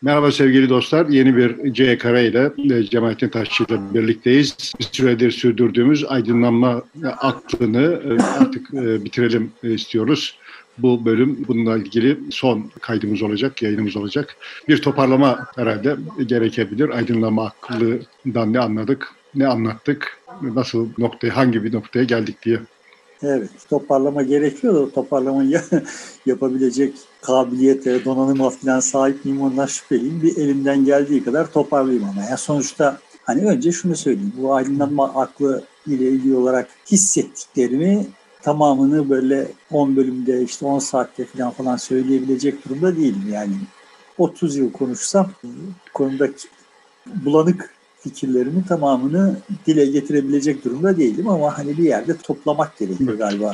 Merhaba sevgili dostlar. Yeni bir C Kare ile Cemalettin Taşçı ile birlikteyiz. Bir süredir sürdürdüğümüz aydınlanma aklını artık bitirelim istiyoruz. Bu bölüm bununla ilgili son kaydımız olacak, yayınımız olacak. Bir toparlama herhalde gerekebilir. Aydınlanma aklından ne anladık, ne anlattık, nasıl noktaya, hangi bir noktaya geldik diye. Evet, toparlama gerekiyor da o toparlamayı yapabilecek kabiliyete, donanıma falan sahip miyim ondan şüpheliyim. Bir elimden geldiği kadar toparlayayım ama. Yani sonuçta hani önce şunu söyleyeyim. Bu aydınlanma aklı ile ilgili olarak hissettiklerimi tamamını böyle 10 bölümde işte 10 saatte falan söyleyebilecek durumda değilim. Yani 30 yıl konuşsam konudaki bulanık fikirlerimin tamamını dile getirebilecek durumda değilim ama hani bir yerde toplamak gerekiyor galiba.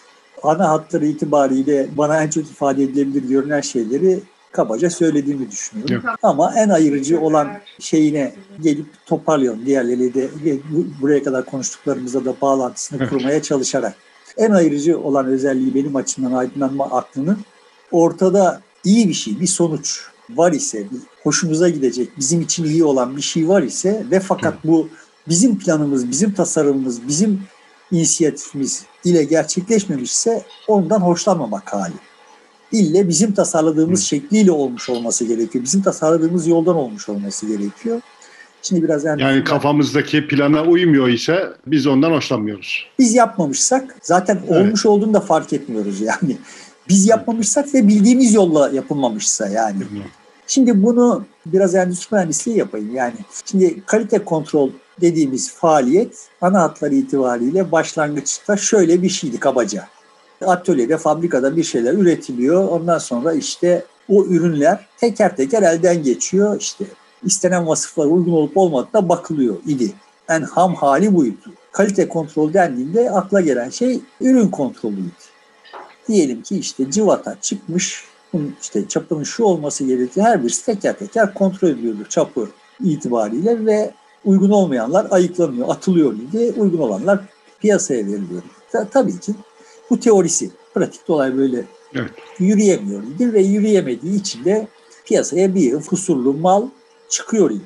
Ana hatları itibariyle bana en çok ifade edilebilir görünen şeyleri kabaca söylediğimi düşünüyorum. Evet. Ama en ayırıcı olan şeyine gelip toparlayalım. Diğerleriyle de buraya kadar konuştuklarımızda da bağlantısını kurmaya çalışarak. En ayırıcı olan özelliği benim açımdan aydınlanma aklının ortada iyi bir şey, bir sonuç var ise, hoşumuza gidecek, bizim için iyi olan bir şey var ise ve fakat bu bizim planımız, bizim tasarımımız, bizim inisiyatifimiz ile gerçekleşmemişse ondan hoşlanmamak hali. İlle bizim tasarladığımız şekliyle olmuş olması gerekiyor. Bizim tasarladığımız yoldan olmuş olması gerekiyor. Şimdi biraz yani kafamızdaki plana uymuyor ise biz ondan hoşlanmıyoruz. Biz yapmamışsak zaten olmuş olduğunu da fark etmiyoruz yani. Biz yapmamışsak ve bildiğimiz yolla yapılmamışsa yani. Şimdi bunu biraz endüstri mühendisliği yapayım. Yani şimdi kalite kontrol dediğimiz faaliyet ana hatları itibariyle başlangıçta şöyle bir şeydi kabaca. Atölyede, fabrikada bir şeyler üretiliyor. Ondan sonra işte o ürünler teker teker elden geçiyor. İşte istenen vasıflara uygun olup olmadığına bakılıyor idi. En ham hali buydu. Kalite kontrol dendiğinde akla gelen şey ürün kontrolüydü. Diyelim ki işte cıvata çıkmış, bunun işte çapının şu olması gerekiyor. Her birisi teker teker kontrol ediliyordu çapı itibariyle ve uygun olmayanlar ayıklanıyor, atılıyor idi. Uygun olanlar piyasaya veriliyor. Tabii ki bu teorisi. Pratikte olay böyle yürüyemiyor idi ve yürüyemediği için de piyasaya bir kusurlu mal çıkıyor idi.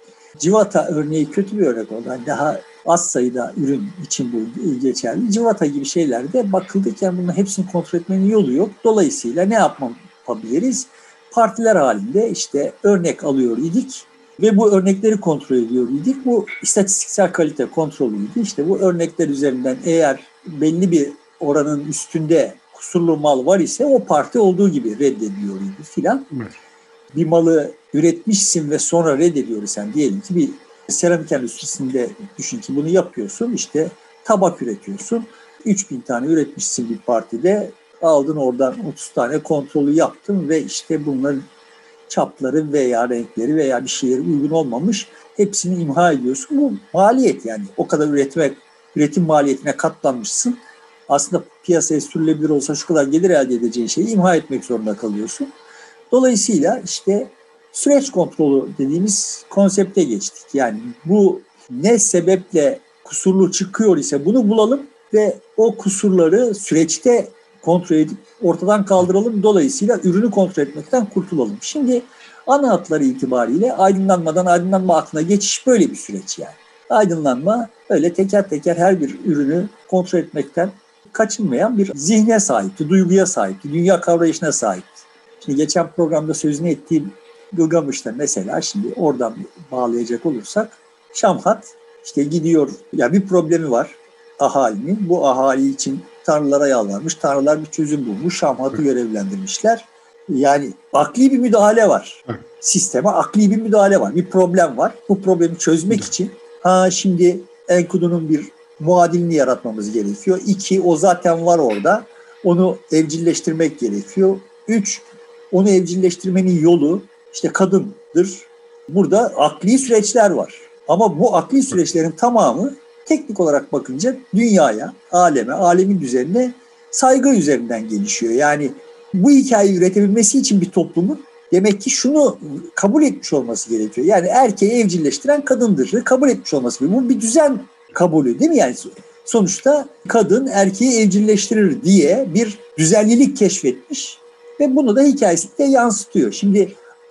Civata örneği kötü bir örnek oldu. Yani daha az sayıda ürün için bu geçerli. Civata gibi şeylerde bakıldıkken bunun hepsini kontrol etmenin yolu yok. Dolayısıyla ne yapabiliriz? Partiler halinde işte örnek alıyor idik ve bu örnekleri kontrol ediyor idik. Bu istatistiksel kalite kontrolüydü. İşte bu örnekler üzerinden eğer belli bir oranın üstünde kusurlu mal var ise o parti olduğu gibi reddediliyor idi filan. Evet. Bir malı üretmişsin ve sonra reddediyorsan diyelim ki bir seramik endüstrisinde düşün ki bunu yapıyorsun, işte tabak üretiyorsun. 3000 tane üretmişsin bir partide, aldın oradan 30 tane kontrolü yaptın ve işte bunların çapları veya renkleri veya bir şeyleri uygun olmamış, hepsini imha ediyorsun. Bu maliyet yani, o kadar üretim maliyetine katlanmışsın. Aslında piyasaya sürülebilir olsa şu kadar gelir elde edeceğin şeyi imha etmek zorunda kalıyorsun. Dolayısıyla işte süreç kontrolü dediğimiz konsepte geçtik. Yani bu ne sebeple kusurlu çıkıyor ise bunu bulalım ve o kusurları süreçte kontrol edip ortadan kaldıralım. Dolayısıyla ürünü kontrol etmekten kurtulalım. Şimdi ana hatları itibariyle aydınlanmadan aydınlanma aklına geçiş böyle bir süreç yani. Aydınlanma öyle teker teker her bir ürünü kontrol etmekten kaçınmayan bir zihne sahipti, duyguya sahipti, dünya kavrayışına sahipti. Şimdi geçen programda sözünü ettiğim Gılgamış'ta mesela, şimdi oradan bağlayacak olursak, Şamhat işte gidiyor, ya bir problemi var ahalinin. Bu ahali için tanrılara yalvarmış. Tanrılar bir çözüm bulmuş. Şamhat'ı görevlendirmişler. Yani akli bir müdahale var. Sisteme akli bir müdahale var. Bir problem var. Bu problemi çözmek için şimdi Enkudu'nun bir muadilini yaratmamız gerekiyor. 2, o zaten var orada. Onu evcilleştirmek gerekiyor. 3, onu evcilleştirmenin yolu işte kadındır. Burada akli süreçler var. Ama bu akli süreçlerin tamamı teknik olarak bakınca dünyaya, aleme, alemin düzenine saygı üzerinden gelişiyor. Yani bu hikayeyi üretebilmesi için bir toplumun demek ki şunu kabul etmiş olması gerekiyor. Yani erkeği evcilleştiren kadındır. Kabul etmiş olması gerekiyor. Bu bir düzen kabulü değil mi? Yani sonuçta kadın erkeği evcilleştirir diye bir düzenlilik keşfetmiş ve bunu da hikayesinde yansıtıyor. Şimdi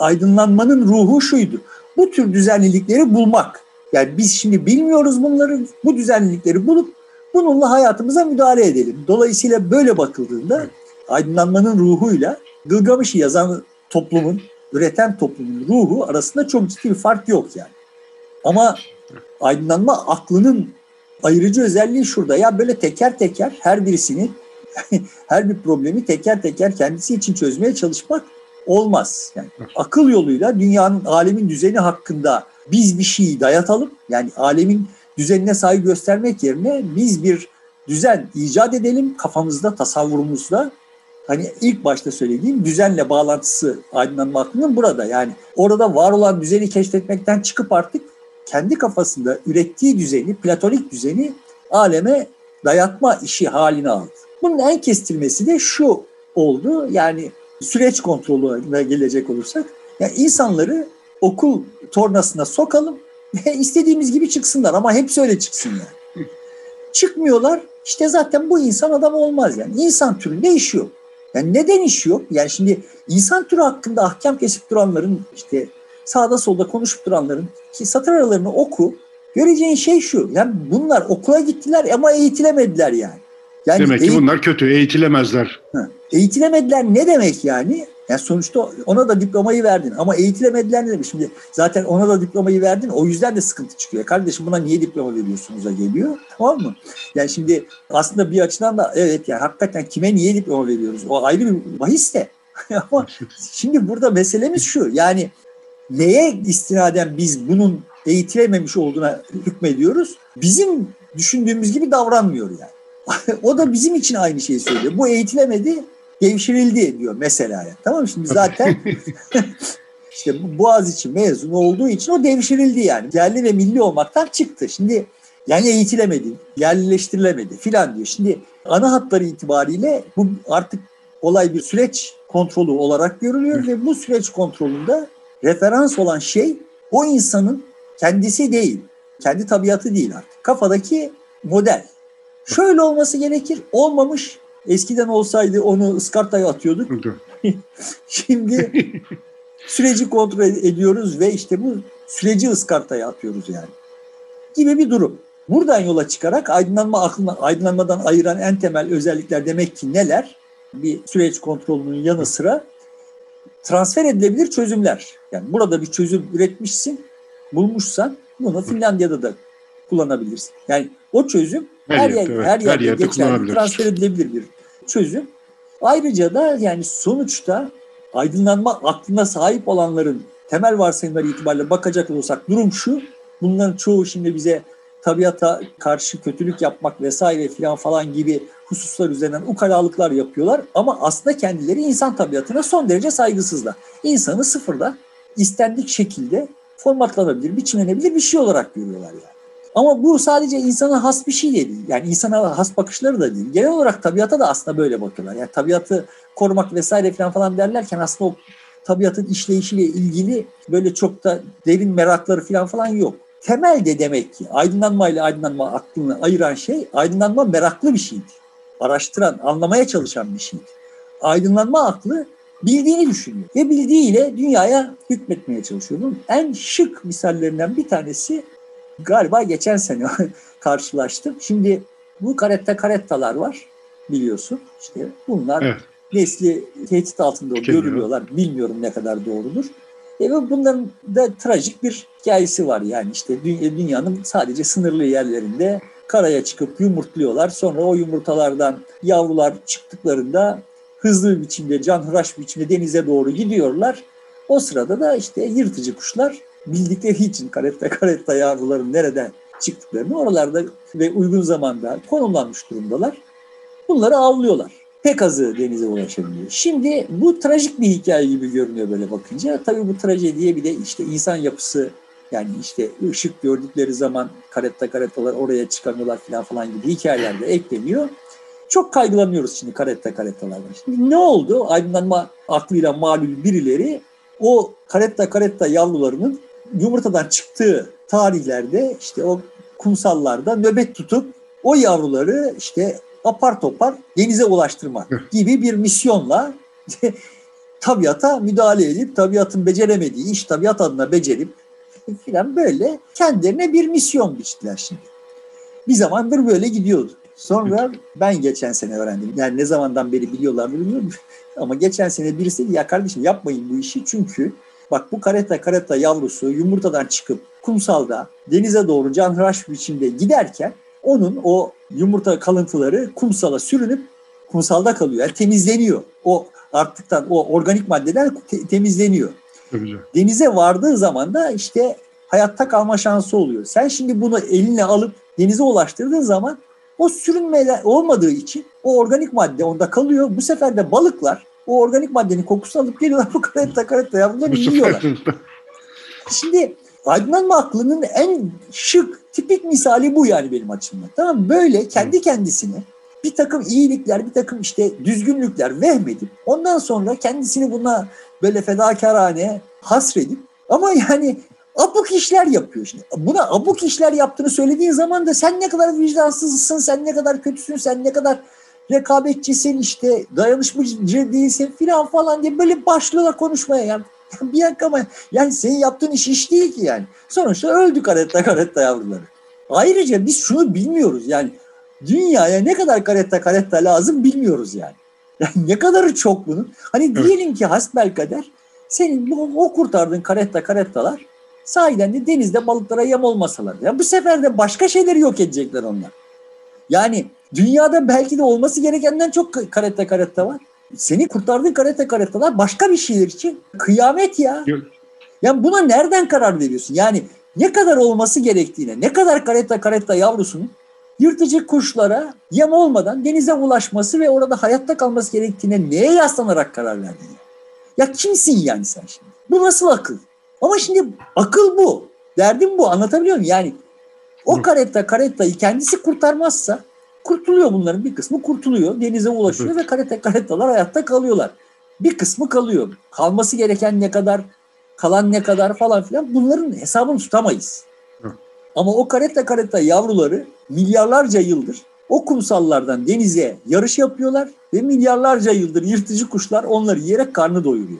aydınlanmanın ruhu şuydu. Bu tür düzenlilikleri bulmak. Yani biz şimdi bilmiyoruz bunları, bu düzenlilikleri bulup bununla hayatımıza müdahale edelim. Dolayısıyla böyle bakıldığında aydınlanmanın ruhuyla Gılgamış'ı yazan toplumun, üreten toplumun ruhu arasında çok ciddi bir fark yok yani. Ama aydınlanma aklının ayırıcı özelliği şurada. Ya böyle teker teker her birisini, her bir problemi teker teker kendisi için çözmeye çalışmak olmaz. Yani akıl yoluyla dünyanın, alemin düzeni hakkında biz bir şeyi dayatalım. Yani alemin düzenine saygı göstermek yerine biz bir düzen icat edelim kafamızda, tasavvurumuzda. Hani ilk başta söylediğim düzenle bağlantısı aydınlanma aklının burada. Yani orada var olan düzeni keşfetmekten çıkıp artık kendi kafasında ürettiği düzeni, platonik düzeni aleme dayatma işi haline aldı. Bunun en kestirmesi de şu oldu. Yani süreç kontrolüne gelecek olursak, yani insanları okul tornasına sokalım ve istediğimiz gibi çıksınlar ama hepsi öyle çıksın yani. Çıkmıyorlar. İşte zaten bu insan adam olmaz yani. İnsan türünde iş yok. Yani neden iş yok? Yani şimdi insan türü hakkında ahkam kesip duranların, işte sağda solda konuşup duranların ki satır aralarını oku. Göreceğin şey şu. Yani bunlar okula gittiler ama eğitilemediler yani. Demek ki bunlar kötü, eğitilemezler. Eğitilemediler ne demek yani? Yani sonuçta ona da diplomayı verdin ama eğitilemediler ne demek? Şimdi zaten ona da diplomayı verdin, o yüzden de sıkıntı çıkıyor. Kardeşim buna niye diploma veriyorsunuz'a geliyor, tamam mı? Yani şimdi aslında bir açıdan da evet yani hakikaten kime niye diploma veriyoruz? O ayrı bir bahis de. Ama şimdi burada meselemiz şu, yani neye istinaden biz bunun eğitilememiş olduğuna hükmediyoruz? Bizim düşündüğümüz gibi davranmıyor yani. O da bizim için aynı şeyi söylüyor. Bu eğitilemedi, devşirildi diyor mesela. Yani. Tamam mı? Şimdi zaten işte Boğaziçi mezunu olduğu için o devşirildi yani. Yerli ve milli olmaktan çıktı. Şimdi yani eğitilemedi, yerlileştirilemedi filan diyor. Şimdi ana hatları itibariyle bu artık olay bir süreç kontrolü olarak görülüyor ve bu süreç kontrolünde referans olan şey o insanın kendisi değil, kendi tabiatı değil artık. Kafadaki model. Şöyle olması gerekir, olmamış. Eskiden olsaydı onu ıskartaya atıyorduk. Şimdi süreci kontrol ediyoruz ve işte bu süreci ıskartaya atıyoruz yani. Gibi bir durum. Buradan yola çıkarak aydınlanmadan ayıran en temel özellikler demek ki neler? Bir süreç kontrolünün yanı sıra transfer edilebilir çözümler. Yani burada bir çözüm üretmişsin, bulmuşsan bunu Finlandiya'da da kullanabilirsin. Yani o çözüm her yerde geçerli, transfer edilebilir bir çözüm. Ayrıca da yani sonuçta aydınlanma aklına sahip olanların temel varsayımları itibariyle bakacak olursak durum şu. Bunların çoğu şimdi bize tabiata karşı kötülük yapmak vesaire falan gibi hususlar üzerinden ukalalıklar yapıyorlar. Ama aslında kendileri insan tabiatına son derece saygısızlar. İnsanı sıfırda istendik şekilde formatlanabilir, biçimlenebilir bir şey olarak görüyorlar yani. Ama bu sadece insana has bir şey değil. Yani insana has bakışları da değil. Genel olarak tabiata da aslında böyle bakıyorlar. Yani tabiatı korumak vesaire falan derlerken aslında o tabiatın işleyişiyle ilgili böyle çok da derin merakları falan yok. Temelde demek ki aydınlanma ile aydınlanma aklını ayıran şey, aydınlanma meraklı bir şeydir. Araştıran, anlamaya çalışan bir şeydir. Aydınlanma aklı bildiğini düşünüyor ve bildiğiyle dünyaya hükmetmeye çalışıyor. Bunun en şık misallerinden bir tanesi galiba geçen sene karşılaştım. Şimdi bu karettalar var biliyorsun. İşte bunlar evet. Nesli tehdit altında görülüyorlar. Bilmiyorum ne kadar doğrudur. Ve bunların da trajik bir hikayesi var. Yani işte dünyanın sadece sınırlı yerlerinde karaya çıkıp yumurtluyorlar. Sonra o yumurtalardan yavrular çıktıklarında hızlı bir biçimde, canhıraş bir biçimde denize doğru gidiyorlar. O sırada da işte yırtıcı kuşlar bildikleri için karetta yavruların nereden çıktıklarını oralarda ve uygun zamanda konumlanmış durumdalar. Bunları avlıyorlar. Pek azı denize ulaşabiliyor. Şimdi bu trajik bir hikaye gibi görünüyor böyle bakınca. Tabii bu trajediye bir de işte insan yapısı, yani işte ışık gördükleri zaman karettalar oraya çıkamıyorlar falan gibi hikayeler de ekleniyor. Çok kaygılanıyoruz şimdi karettalardan. Şimdi ne oldu? Aydınlanma aklıyla malul birileri o karetta yavrularının yumurtadan çıktığı tarihlerde işte o kumsallarda nöbet tutup o yavruları işte apar topar denize ulaştırmak gibi bir misyonla tabiata müdahale edip tabiatın beceremediği iş tabiat adına becerip filan böyle kendilerine bir misyon biçtiler şimdi. Bir zamandır böyle gidiyordu. Sonra ben geçen sene öğrendim. Yani ne zamandan beri biliyorlar bilmiyorum. Ama geçen sene birisi dedi ya kardeşim yapmayın bu işi çünkü bak bu karetta yavrusu yumurtadan çıkıp kumsalda denize doğru canhıraş biçimde giderken onun o yumurta kalıntıları kumsala sürünüp kumsalda kalıyor. Yani temizleniyor. O artıktan o organik maddeler temizleniyor. Denize vardığı zaman da işte hayatta kalma şansı oluyor. Sen şimdi bunu eline alıp denize ulaştırdığın zaman o sürünme olmadığı için o organik madde onda kalıyor. Bu sefer de balıklar o organik maddenin kokusunu alıp geliyorlar bu karetta yavruları yiyorlar. Şimdi aydınlanma aklının en şık, tipik misali bu yani benim açımdan. Tamam böyle kendi kendisine bir takım iyilikler, bir takım işte düzgünlükler vehmedip ondan sonra kendisini buna böyle fedakarane hasredip ama yani abuk işler yapıyor şimdi. Buna abuk işler yaptığını söylediğin zaman da sen ne kadar vicdansızsın, sen ne kadar kötüsün, sen ne kadar rekabetçisin, işte dayanışmacı değilsin filan falan diye böyle başlıyorlar konuşmaya yani. Bir dakika ama yani senin yaptığın iş değil ki yani. Sonuçta öldü karetta yavruları. Ayrıca biz şunu bilmiyoruz yani dünyaya ne kadar karetta lazım bilmiyoruz yani. Yani ne kadarı çok bunun. Hani diyelim ki hasbelkader senin o kurtardığın karettalar sahiden de denizde balıklara yem olmasalar. Ya bu sefer de başka şeyleri yok edecekler onlar. Yani dünyada belki de olması gerekenden çok karetta var. Seni kurtardığın karettalar başka bir şeyler için kıyamet ya. Yani buna nereden karar veriyorsun? Yani ne kadar olması gerektiğine, ne kadar karetta yavrusunun yırtıcı kuşlara yem olmadan denize ulaşması ve orada hayatta kalması gerektiğine neye yaslanarak karar verdin? Ya kimsin yani sen şimdi? Bu nasıl akıl? Ama şimdi akıl bu. Derdim bu. Anlatabiliyor muyum? Yani o karettayı kendisi kurtarmazsa kurtuluyor bunların bir kısmı kurtuluyor. Denize ulaşıyor ve karettalar hayatta kalıyorlar. Bir kısmı kalıyor. Kalması gereken ne kadar, kalan ne kadar falan filan bunların hesabını tutamayız. Ama o karetta yavruları milyarlarca yıldır o kumsallardan denize yarış yapıyorlar ve milyarlarca yıldır yırtıcı kuşlar onları yiyerek karnı doyuruyor.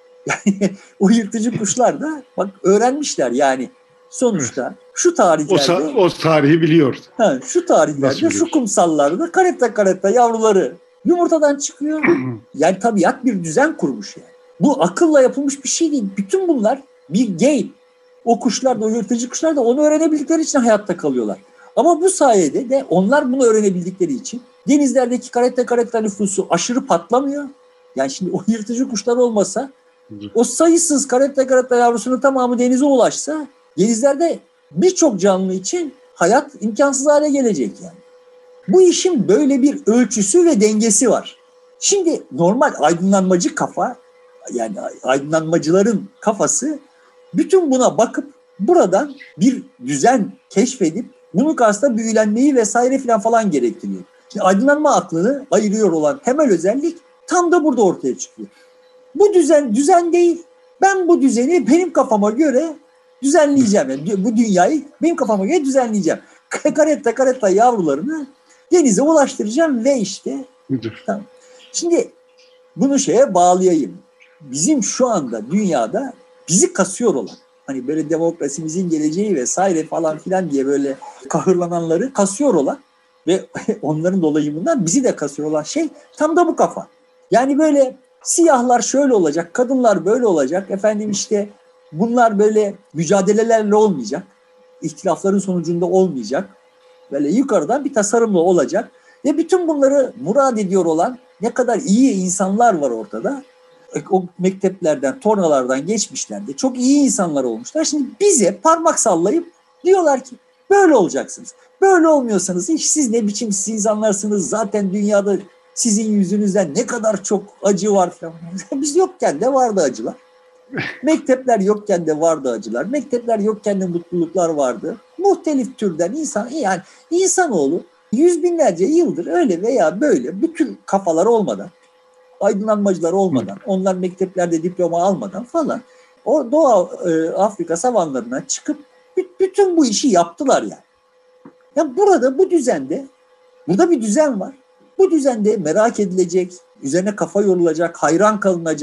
Yani o yırtıcı kuşlar da bak öğrenmişler yani sonuçta şu tarihlerde o tarihi biliyor. Şu tarihlerde şu kumsallarda karetta yavruları yumurtadan çıkıyor. Yani tabiat bir düzen kurmuş yani. Bu akılla yapılmış bir şey değil. Bütün bunlar bir game. O kuşlar da o yırtıcı kuşlar da onu öğrenebildikleri için hayatta kalıyorlar. Ama bu sayede de onlar bunu öğrenebildikleri için denizlerdeki karetta nüfusu aşırı patlamıyor. Yani şimdi o yırtıcı kuşlar olmasa o sayısız karetta yavrusunun tamamı denize ulaşsa denizlerde birçok canlı için hayat imkansız hale gelecek yani. Bu işin böyle bir ölçüsü ve dengesi var. Şimdi normal aydınlanmacı kafa yani aydınlanmacıların kafası bütün buna bakıp buradan bir düzen keşfedip bunun karşısında büyülenmeyi vesaire falan gerektiriyor. Şimdi aydınlanma aklını ayırıyor olan temel özellik tam da burada ortaya çıkıyor. Bu düzen değil. Ben bu düzeni benim kafama göre düzenleyeceğim. Yani bu dünyayı benim kafama göre düzenleyeceğim. Karetta yavrularını denize ulaştıracağım ve işte tamam. Şimdi bunu şeye bağlayayım. Bizim şu anda dünyada bizi kasıyor olan hani böyle demokrasimizin geleceği vesaire falan filan diye böyle kahırlananları kasıyor olan ve onların dolayımından bizi de kasıyor olan şey tam da bu kafa. Yani böyle siyahlar şöyle olacak, kadınlar böyle olacak, efendim işte bunlar böyle mücadelelerle olmayacak, ihtilafların sonucunda olmayacak, böyle yukarıdan bir tasarımla olacak ve bütün bunları murad ediyor olan ne kadar iyi insanlar var ortada. O mekteplerden, tornalardan geçmişler de çok iyi insanlar olmuşlar. Şimdi bize parmak sallayıp diyorlar ki böyle olacaksınız. Böyle olmuyorsanız siz ne biçim insanlarsınız zaten dünyada sizin yüzünüzden ne kadar çok acı var falan. Biz yokken de vardı acılar. Mektepler yokken de vardı acılar. Mektepler yokken de mutluluklar vardı. Muhtelif türden insan yani insanoğlu yüz binlerce yıldır öyle veya böyle bütün kafalar olmadan aydınlanmacılar olmadan, onlar mekteplerde diploma almadan falan o Doğu Afrika savanlarına çıkıp bütün bu işi yaptılar yani. Yani burada bu düzende, burada bir düzen var. Bu düzende merak edilecek, üzerine kafa yorulacak, hayran kalınacak,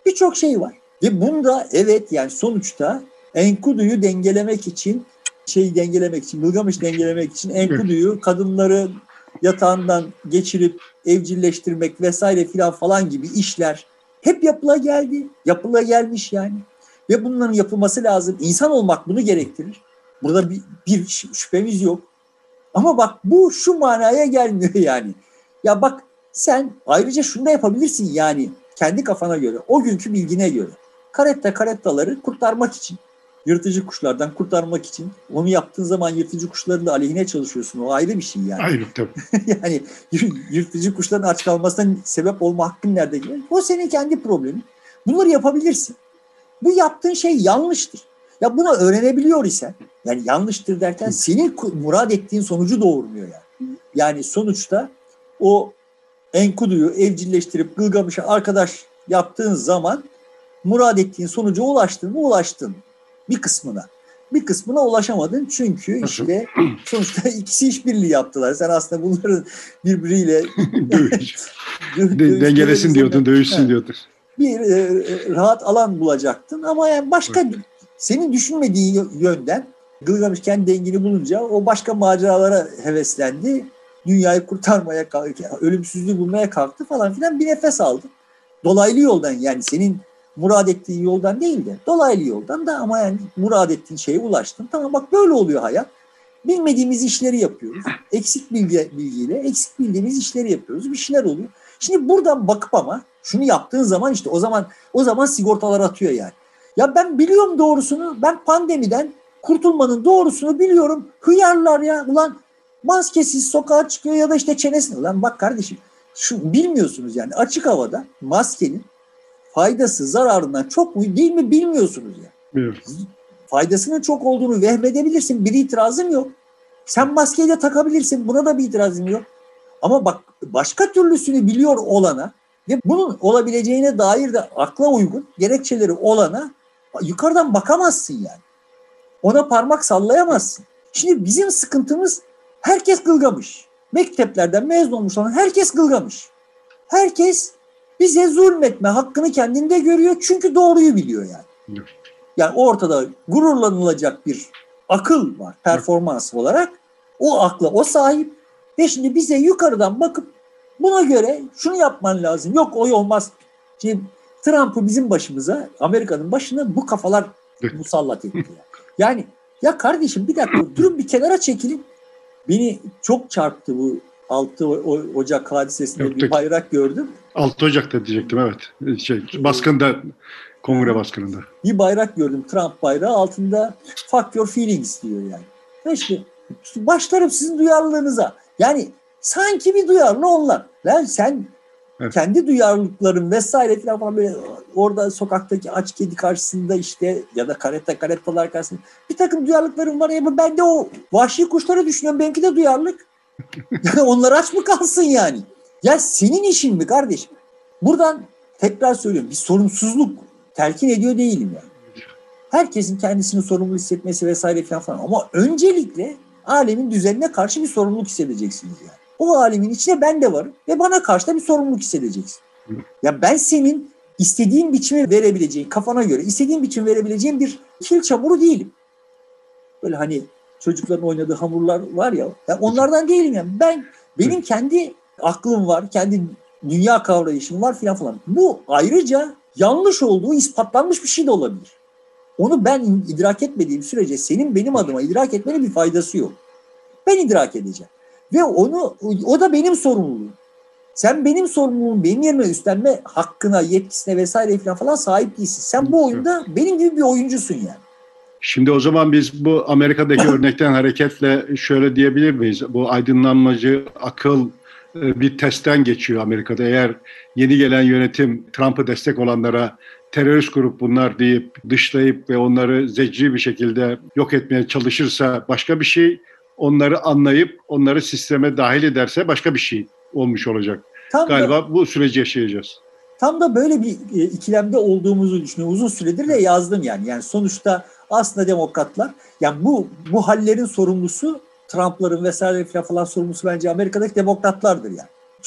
Birçok şey var. Ve bunda evet yani sonuçta Enkudu'yu dengelemek için, Gılgamış dengelemek için Enkudu'yu kadınları yatağından geçirip evcilleştirmek vesaire filan falan gibi işler hep yapıla geldi. Yapıla gelmiş yani. Ve bunların yapılması lazım. İnsan olmak bunu gerektirir. Burada bir şüphemiz yok. Ama bak bu şu manaya gelmiyor yani. Ya bak sen ayrıca şunu da yapabilirsin yani kendi kafana göre, o günkü bilgine göre. Karettaları kurtarmak için, yırtıcı kuşlardan kurtarmak için onu yaptığın zaman yırtıcı kuşların da aleyhine çalışıyorsun. O ayrı bir şey yani. Ayrı tabii. Yani yırtıcı kuşların aç kalmasına sebep olma hakkın nerede geliyor? O senin kendi problemin. Bunları yapabilirsin. Bu yaptığın şey yanlıştır. Ya bunu öğrenebiliyor isen, yani yanlıştır derken senin murad ettiğin sonucu doğurmuyor yani. Yani sonuçta o Enkudu'yu evcilleştirip Gılgamış'a arkadaş yaptığın zaman murad ettiğin sonuca ulaştın mı? Ulaştın. Bir kısmına. Bir kısmına ulaşamadın çünkü işte sonuçta ikisi işbirliği yaptılar. Sen aslında bunların birbiriyle dengelesin diyordun, dövüşsün diyordun. Bir rahat alan bulacaktın ama yani başka senin düşünmediğin yönden Gılgamış kendi dengini bulunca o başka maceralara heveslendi. Dünyayı kurtarmaya, ölümsüzlüğü bulmaya kalktı falan filan, bir nefes aldı. Dolaylı yoldan yani senin murad ettiğin yoldan değil de dolaylı yoldan da ama yani murad ettiğin şeye ulaştın. Tamam bak böyle oluyor hayat. Bilmediğimiz işleri yapıyoruz. Eksik bilgiyle eksik bildiğimiz işleri yapıyoruz. Bir şeyler oluyor. Şimdi buradan bakıp ama şunu yaptığın zaman işte o zaman sigortalar atıyor yani. Ya ben biliyorum doğrusunu. Ben pandemiden kurtulmanın doğrusunu biliyorum. Hıyarlar ya. Ulan maskesiz sokağa çıkıyor ya da işte çenesine. Ulan bak kardeşim şu bilmiyorsunuz yani açık havada maskenin faydası zararından çok mu değil mi bilmiyorsunuz ya. Evet. Faydasının çok olduğunu vehmedebilirsin. Bir itirazım yok. Sen maskeyi de takabilirsin. Buna da bir itirazım yok. Ama bak başka türlüsünü biliyor olana ve bunun olabileceğine dair de akla uygun gerekçeleri olana yukarıdan bakamazsın yani. Ona parmak sallayamazsın. Şimdi bizim sıkıntımız herkes Gılgamış. Mekteplerden mezun olmuş olan herkes Gılgamış. Herkes bize zulmetme hakkını kendinde görüyor çünkü doğruyu biliyor yani. Yani ortada gururlanılacak bir akıl var performans olarak. O akla o sahip ve şimdi bize yukarıdan bakıp buna göre şunu yapman lazım. Yok o olmaz. Şimdi Trump'ı bizim başımıza, Amerika'nın başına bu kafalar musallat etti. Yani ya kardeşim bir dakika durun bir kenara çekilin. Beni çok çarptı bu 6 Ocak hadisesinde bir bayrak gördüm. 6 Ocak'ta diyecektim evet. Baskında, kongre baskınında. Bir bayrak gördüm, Trump bayrağı, altında fuck your feelings diyor yani. Ve işte başlarım sizin duyarlılığınıza. Yani sanki bir duyarlı onlar. Lan sen kendi duyarlılıkların vesaire falan böyle orada sokaktaki aç kedi karşısında işte ya da karettalar karşısında bir takım duyarlılıklarım var ya ben de o vahşi kuşları düşünüyorum. Benimki de duyarlılık. Yani onlar aç mı kalsın yani? Ya senin işin mi kardeşim? Buradan tekrar söylüyorum bir sorumsuzluk telkin ediyor değilim yani. Herkesin kendisini sorumlu hissetmesi vesaire falan ama öncelikle alemin düzenine karşı bir sorumluluk hissedeceksiniz yani. O alemin içine ben de varım ve bana karşı da bir sorumluluk hissedeceksin. Ya ben senin istediğin biçimi verebileceğin, kafana göre istediğin biçimi verebileceğin bir kil çamuru değilim. Böyle hani çocukların oynadığı hamurlar var ya, onlardan değilim yani. Benim kendi aklım var, kendi dünya kavrayışım var falan. Bu ayrıca yanlış olduğu ispatlanmış bir şey de olabilir. Onu ben idrak etmediğim sürece senin benim adıma idrak etmenin bir faydası yok. Ben idrak edeceğim. Ve o da benim sorumluluğum. Sen benim sorumluluğum, benim yerime üstlenme hakkına, yetkisine vesaire falan sahip değilsin. Sen bu oyunda benim gibi bir oyuncusun yani. Şimdi o zaman biz bu Amerika'daki örnekten hareketle şöyle diyebilir miyiz? Bu aydınlanmacı akıl bir testten geçiyor Amerika'da. Eğer yeni gelen yönetim Trump'ı destek olanlara terörist grup bunlar deyip dışlayıp ve onları zecri bir şekilde yok etmeye çalışırsa başka bir şey, onları anlayıp onları sisteme dahil ederse başka bir şey olmuş olacak. Galiba bu süreci yaşayacağız. Tam da böyle bir ikilemde olduğumuzu düşünüyorum. Uzun süredir de yazdım yani. Yani sonuçta aslında demokratlar, yani bu hallerin sorumlusu Trump'ların vesaire falan sorumlusu bence Amerika'daki demokratlardır yani. Çok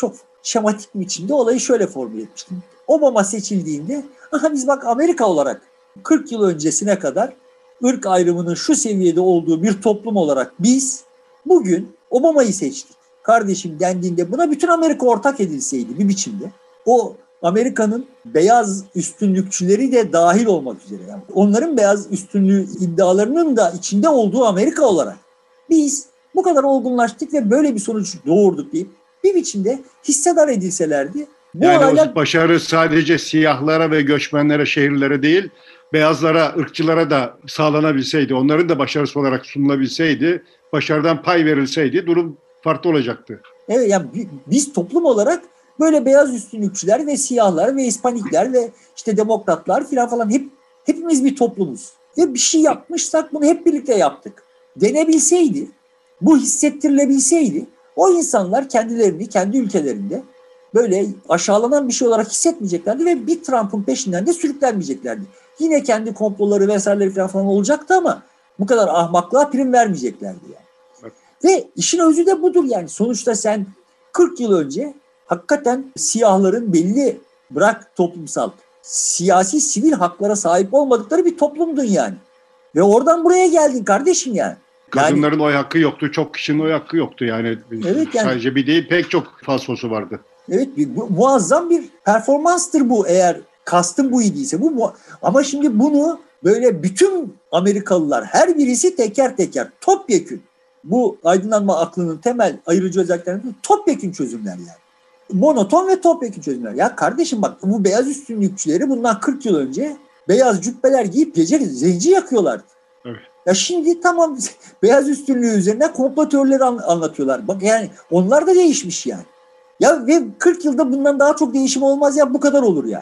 şematik biçimde olayı şöyle formüle etmiştim. Obama seçildiğinde biz bak Amerika olarak 40 yıl öncesine kadar ırk ayrımının şu seviyede olduğu bir toplum olarak biz bugün Obama'yı seçtik. Kardeşim dendiğinde buna bütün Amerika ortak edilseydi bir biçimde, o Amerika'nın beyaz üstünlükçüleri de dahil olmak üzere, yani onların beyaz üstünlüğü iddialarının da içinde olduğu Amerika olarak biz bu kadar olgunlaştık ve böyle bir sonuç doğurduk deyip bir biçimde hissedar edilselerdi. Yani olaylar... o başarı sadece siyahlara ve göçmenlere, şehirlere değil, beyazlara, ırkçılara da sağlanabilseydi, onların da başarısı olarak sunulabilseydi, başarıdan pay verilseydi durum farklı olacaktı. Evet, yani biz toplum olarak böyle beyaz üstünlükçüler ve siyahlar ve Hispanikler ve işte demokratlar falan hepimiz bir toplumuz. Ve bir şey yapmışsak bunu hep birlikte yaptık. Denebilseydi, bu hissettirilebilseydi, o insanlar kendilerini kendi ülkelerinde böyle aşağılanan bir şey olarak hissetmeyeceklerdi ve bir Trump'ın peşinden de sürüklenmeyeceklerdi. Yine kendi komploları vesaireleri falan olacaktı ama bu kadar ahmaklığa prim vermeyeceklerdi yani. Evet. Ve işin özü de budur yani. Sonuçta sen 40 yıl önce hakikaten siyahların belli, bırak toplumsal, siyasi, sivil haklara sahip olmadıkları bir toplumdun yani. Ve oradan buraya geldin kardeşim yani. Kadınların oy hakkı yoktu, çok kişinin oy hakkı yoktu yani. Evet, yani sadece bir değil, pek çok falsosu vardı. Evet, muazzam bir performanstır bu, eğer kastım bu idiyse. Ama şimdi bunu böyle bütün Amerikalılar, her birisi teker teker topyekün, bu aydınlanma aklının temel ayırıcı özelliklerinden topyekün çözümler yani. Monoton ve topyekün çözümler. Ya kardeşim bak, bu beyaz üstünlükçüleri bundan 40 yıl önce beyaz cübbeler giyip gece zenci yakıyorlardı. Evet. Ya şimdi tamam, beyaz üstünlüğü üzerine komplo teorileri anlatıyorlar. Bak yani onlar da değişmiş yani. Ya ve 40 yılda bundan daha çok değişim olmaz ya, bu kadar olur yani.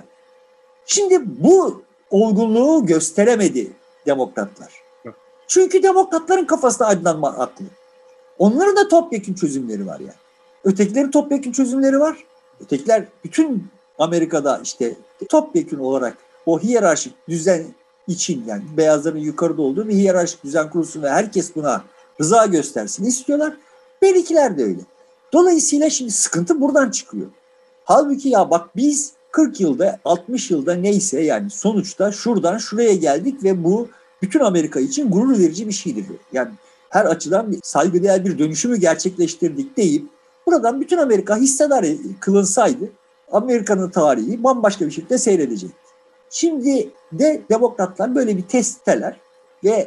Şimdi bu olgunluğu gösteremedi demokratlar. Çünkü demokratların kafasında aydınlanma aklı. Onların da topyekün çözümleri var yani. Ötekilerin topyekün çözümleri var. Ötekiler bütün Amerika'da işte topyekün olarak o hiyerarşik düzen için, yani beyazların yukarıda olduğu bir hiyerarşik düzen kurulsun ve herkes buna rıza göstersin istiyorlar. Belirkiler de öyle. Dolayısıyla şimdi sıkıntı buradan çıkıyor. Halbuki ya bak, biz 40 yılda 60 yılda neyse yani sonuçta şuradan şuraya geldik ve bu bütün Amerika için gurur verici bir şeydir. Yani her açıdan saygıdeğer bir dönüşümü gerçekleştirdik deyip buradan bütün Amerika hissedar kılınsaydı Amerika'nın tarihi bambaşka bir şekilde seyredecekti. Şimdi de demokratlar böyle bir testteler ve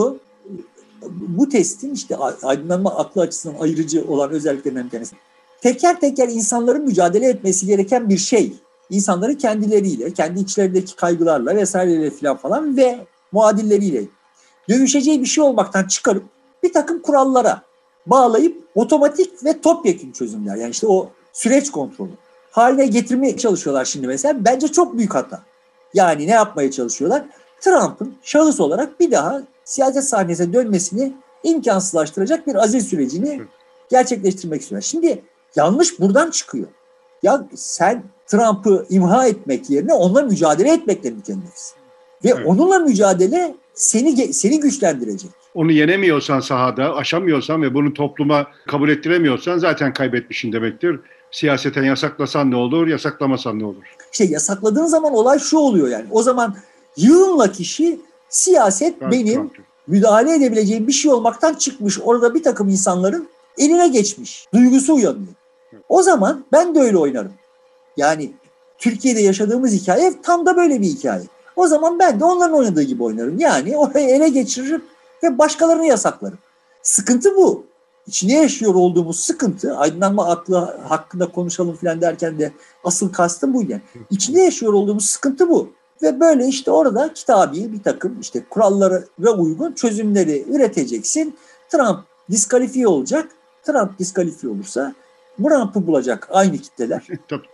bu testin işte aydınlanma aklı açısından ayırıcı olan özelliklerinden bir tanesi. Teker teker insanların mücadele etmesi gereken bir şey. İnsanların kendileriyle, kendi içlerindeki kaygılarla vesaireyle falan ve muadilleriyle dövüşeceği bir şey olmaktan çıkarıp bir takım kurallara bağlayıp otomatik ve topyekün çözümler, yani işte o süreç kontrolü haline getirmeye çalışıyorlar şimdi mesela. Bence çok büyük hata. Yani ne yapmaya çalışıyorlar? Trump'ın şahıs olarak bir daha siyaset sahnesine dönmesini imkansızlaştıracak bir azil sürecini gerçekleştirmek istiyorlar. Şimdi yanlış buradan çıkıyor. Ya sen Trump'ı imha etmek yerine onunla mücadele etmekle mükellefsin. Ve evet, onunla mücadele seni güçlendirecek. Onu yenemiyorsan sahada, aşamıyorsan ve bunu topluma kabul ettiremiyorsan zaten kaybetmişsin demektir. Siyaseten yasaklasan ne olur, yasaklamasan ne olur? İşte yasakladığın zaman olay şu oluyor yani. O zaman yığınla kişi siyaset benim müdahale edebileceğim bir şey olmaktan çıkmış. Orada bir takım insanların eline geçmiş. Duygusu uyanıyor. O zaman ben de öyle oynarım. Yani Türkiye'de yaşadığımız hikaye tam da böyle bir hikaye. O zaman ben de onların oynadığı gibi oynarım. Yani orayı ele geçiririm ve başkalarını yasaklarım. Sıkıntı bu. İçinde yaşıyor olduğumuz sıkıntı, aydınlanma aklı hakkında konuşalım falan derken de asıl kastım bu yani. İçinde yaşıyor olduğumuz sıkıntı bu. Ve böyle işte orada kitabi bir takım işte kurallara uygun çözümleri üreteceksin. Trump diskalifiye olacak. Trump diskalifiye olursa Trump'ı bulacak aynı kitleler.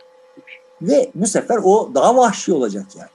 Ve bu sefer o daha vahşi olacak yani.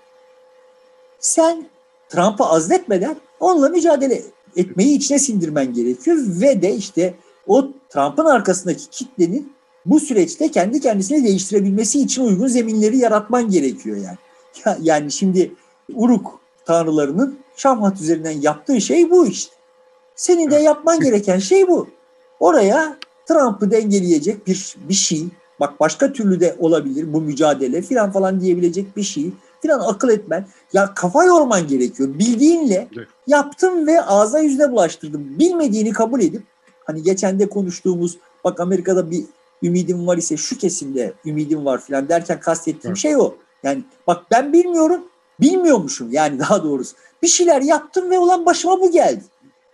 Sen Trump'ı azletmeden onunla mücadele etmeyi içine sindirmen gerekiyor ve de işte o Trump'ın arkasındaki kitlenin bu süreçte kendi kendisini değiştirebilmesi için uygun zeminleri yaratman gerekiyor yani. Yani şimdi Uruk tanrılarının Şamhat üzerinden yaptığı şey bu işte. Senin de yapman gereken şey bu. Oraya Trump'ı dengeleyecek bir şey, Bak başka türlü de olabilir bu mücadele filan falan diyebilecek bir şey filan akıl etmen. Ya kafa yorman gerekiyor. Bildiğinle yaptım ve ağza yüzüne bulaştırdım. Bilmediğini kabul edip hani geçen de konuştuğumuz bak Amerika'da bir ümidim var ise şu kesimde ümidim var filan derken kastettiğim şey o. Yani bak ben bilmiyormuşum yani daha doğrusu. Bir şeyler yaptım ve ulan başıma bu geldi.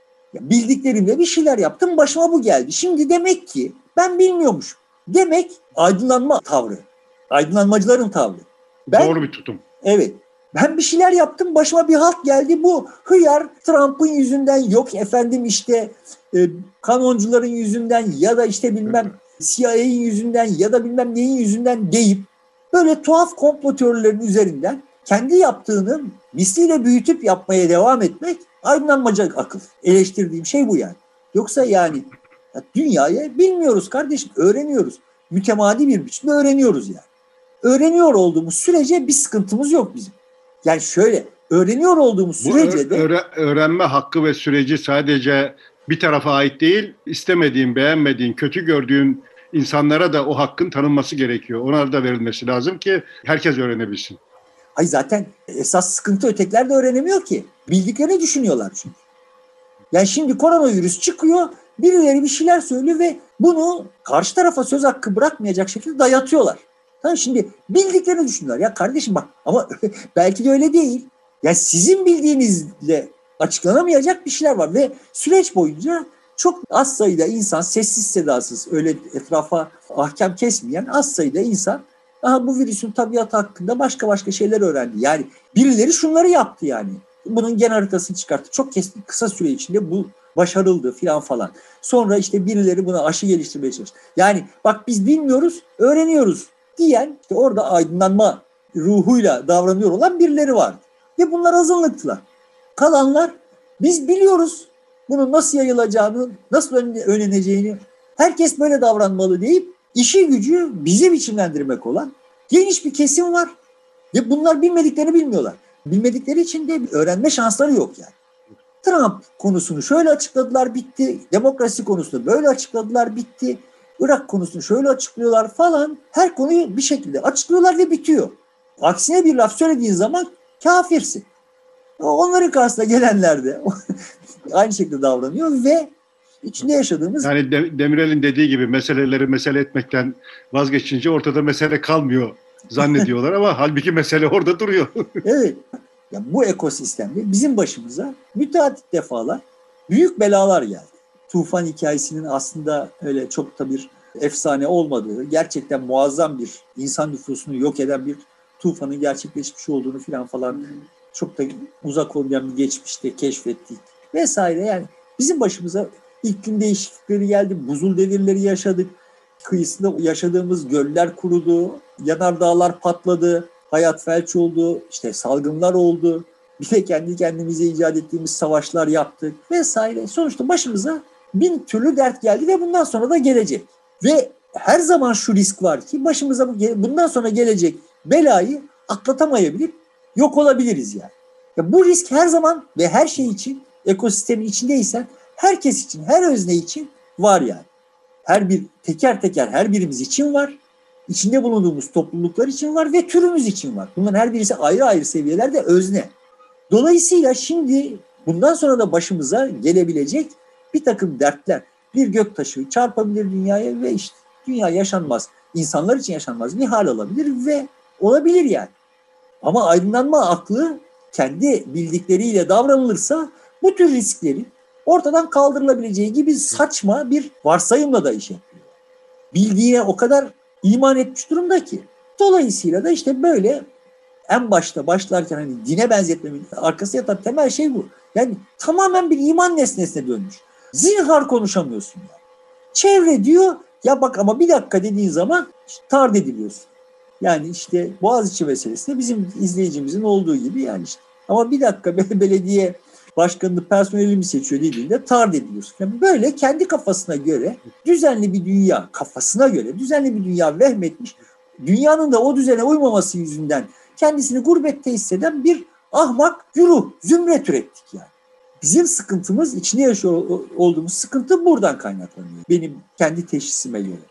Ya bildiklerimle bir şeyler yaptım başıma bu geldi. Şimdi demek ki ben bilmiyormuşum. Demek aydınlanma tavrı. Aydınlanmacıların tavrı. Doğru bir tutum. Evet. Ben bir şeyler yaptım başıma bir halt geldi. Bu hıyar Trump'ın yüzünden yok efendim işte kanoncuların yüzünden ya da işte bilmem CIA'nin yüzünden ya da bilmem neyin yüzünden deyip böyle tuhaf komplo teorilerinin üzerinden kendi yaptığını misliyle büyütüp yapmaya devam etmek aydınlanmacı akıl. Eleştirdiğim şey bu yani. Yoksa yani dünyayı bilmiyoruz kardeşim, öğreniyoruz. Mütemadi bir biçimde öğreniyoruz yani. Öğreniyor olduğumuz sürece bir sıkıntımız yok bizim. Yani şöyle, öğreniyor olduğumuz sürece de... Öğrenme hakkı ve süreci sadece bir tarafa ait değil, istemediğin, beğenmediğin, kötü gördüğün insanlara da o hakkın tanınması gerekiyor. Ona da verilmesi lazım ki herkes öğrenebilsin. Ay zaten esas sıkıntı ötekiler de öğrenemiyor ki. Bildiklerini düşünüyorlar çünkü. Yani şimdi koronavirüs çıkıyor, birileri bir şeyler söylüyor ve bunu karşı tarafa söz hakkı bırakmayacak şekilde dayatıyorlar. Tamam, şimdi bildiklerini düşünüyorlar. Ya kardeşim bak ama belki de öyle değil. Yani sizin bildiğinizle açıklanamayacak bir şeyler var ve süreç boyunca çok az sayıda insan sessiz sedasız öyle etrafa ahkam kesmeyen az sayıda insan bu virüsün tabiatı hakkında başka şeyler öğrendi. Yani birileri şunları yaptı yani. Bunun gen haritasını çıkarttı. Çok kısa süre içinde bu başarıldı falan. Sonra işte birileri buna aşı geliştirmeye çalıştı. Yani bak biz bilmiyoruz, öğreniyoruz diyen işte orada aydınlanma ruhuyla davranıyor olan birileri var. Ve bunlar azınlıktılar. Kalanlar biz biliyoruz bunun nasıl yayılacağını, nasıl önleneceğini, herkes böyle davranmalı deyip işi gücü bize biçimlendirmek olan geniş bir kesim var. Ve bunlar bilmediklerini bilmiyorlar. Bilmedikleri için de öğrenme şansları yok yani. Trump konusunu şöyle açıkladılar bitti. Demokrasi konusunu böyle açıkladılar bitti. Irak konusunu şöyle açıklıyorlar falan. Her konuyu bir şekilde açıklıyorlar ve bitiyor. Aksine bir laf söylediğin zaman kafirsin. Onların karşısına gelenler de aynı şekilde davranıyor ve içinde yaşadığımız... Yani Demirel'in dediği gibi meseleleri mesele etmekten vazgeçince ortada mesele kalmıyor zannediyorlar ama halbuki mesele orada duruyor. Evet. Ya bu ekosistemde bizim başımıza müteahhit defalar büyük belalar geldi. Tufan hikayesinin aslında öyle çok da bir efsane olmadığı, gerçekten muazzam bir insan nüfusunu yok eden bir tufanın gerçekleşmiş olduğunu falan çok da uzak olmayan bir geçmişte keşfettik vesaire. Yani bizim başımıza iklim değişiklikleri geldi, buzul devirleri yaşadık, kıyısında yaşadığımız göller kurudu, yanardağlar patladı, hayat felç oldu, işte salgınlar oldu, bir de kendi kendimize icat ettiğimiz savaşlar yaptık vesaire. Sonuçta başımıza bin türlü dert geldi ve bundan sonra da gelecek. Ve her zaman şu risk var ki başımıza bundan sonra gelecek belayı atlatamayabilir, yok olabiliriz yani. Ya bu risk her zaman ve her şey için, ekosistemin içindeysen herkes için, her özne için var yani. Her bir teker her birimiz için var. İçinde bulunduğumuz topluluklar için var ve türümüz için var. Bunların her birisi ayrı ayrı seviyelerde özne. Dolayısıyla şimdi bundan sonra da başımıza gelebilecek bir takım dertler, bir göktaşı çarpabilir dünyaya ve işte dünya yaşanmaz, insanlar için yaşanmaz bir hal alabilir ve olabilir yani. Ama aydınlanma aklı kendi bildikleriyle davranılırsa bu tür risklerin ortadan kaldırılabileceği gibi saçma bir varsayımla da iş yapıyor. Bildiğine o kadar iman etmiş durumda ki. Dolayısıyla da işte böyle en başta başlarken hani dine benzetmemin arkası yatan temel şey bu. Yani tamamen bir iman nesnesine dönmüş. Zinhar konuşamıyorsun yani. Çevre diyor ya bak ama bir dakika dediğin zaman işte tard ediliyorsun. Yani işte Boğaziçi meselesinde bizim izleyicimizin olduğu gibi yani işte. Ama bir dakika belediye başkanını personeli mi seçiyor dediğinde tard ediliyorsun. Yani böyle kendi kafasına göre düzenli bir dünya, kafasına göre düzenli bir dünya vehmetmiş. Dünyanın da o düzene uymaması yüzünden kendisini gurbette hisseden bir ahmak güruh, zümre ürettik yani. Bizim sıkıntımız, içinde yaşıyor olduğumuz sıkıntı buradan kaynaklanıyor. Benim kendi teşhisime göre.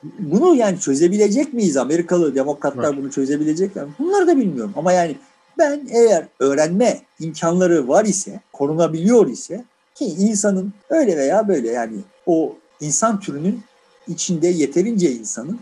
bunu yani çözebilecek miyiz? Amerikalı demokratlar bunu çözebilecekler mi? Bunları da bilmiyorum. Ama yani ben eğer öğrenme imkanları var ise, korunabiliyor ise ki insanın öyle veya böyle yani o insan türünün içinde yeterince